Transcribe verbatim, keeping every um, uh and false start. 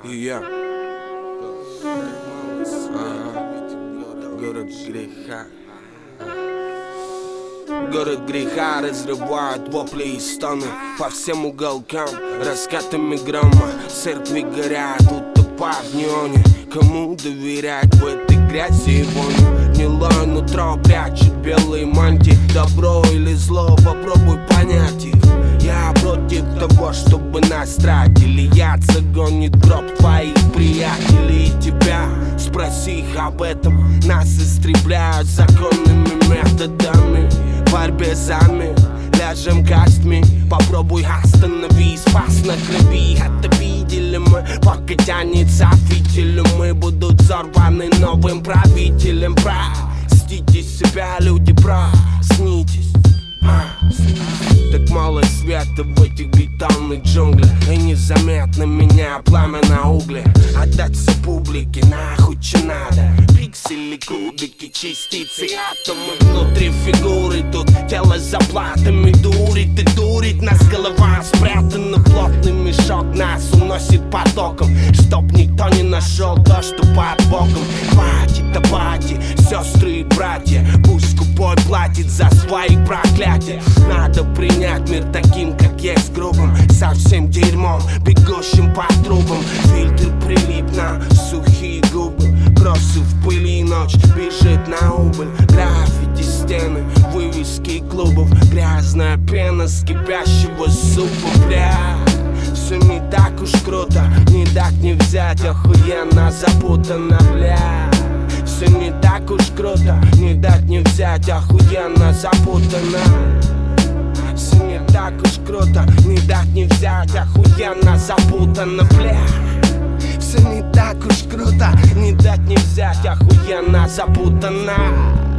И я ага. Город греха. Город греха разрывает вопли и стоны по всем уголкам, раскатами грома. Церкви горят, утопают в неоне. Кому доверять в этой грязи и вони? Гнилое нутро прячет белые мантии. Добро или зло, попробуй понять их. Я против того, чтобы нас тратили. Яд загонит гроб твоих приятелей и тебя. Спроси их об этом. Нас истребляют законными методами. В борьбе за мир, ляжем костьми. Попробуй останови, спас на крови. Это видели мы, пока тянется фитиль. Мы будут взорваны новым правителем. Простите себя, люди, проснитесь. Так мало света в этих бетонных джунглях. И незаметно меня пламя на угле. Отдаться публике нахуй че надо. Пиксели, кубики, частицы, атомы внутри фигуры. Тут тело за платами дурит и дурит нас. Голова спрятана в плотный мешок. Нас уносит потоком, чтоб никто не нашел то, что под боком. Хватит апатии, сестры и братья. Пусть скупой платит за свои проклятия. Надо принять мир таким, как есть, грубым. Совсем дерьмом, бегущим по трубам. Фильтр прилип на сухие губы. Кроссы в пыли, ночь бежит на убыль. Граффити, стены, вывески клубов. Грязная пена с кипящего супа, бля. Все не так уж круто, не дать не взять. Охуенно запутано, бля. Все не так уж круто, не дать не взять. Охуенно запутано. Все не так уж круто, не дать не взять. Охуенно запутано, бля. Все не так уж круто, не дать не взять. Охуенно запутано.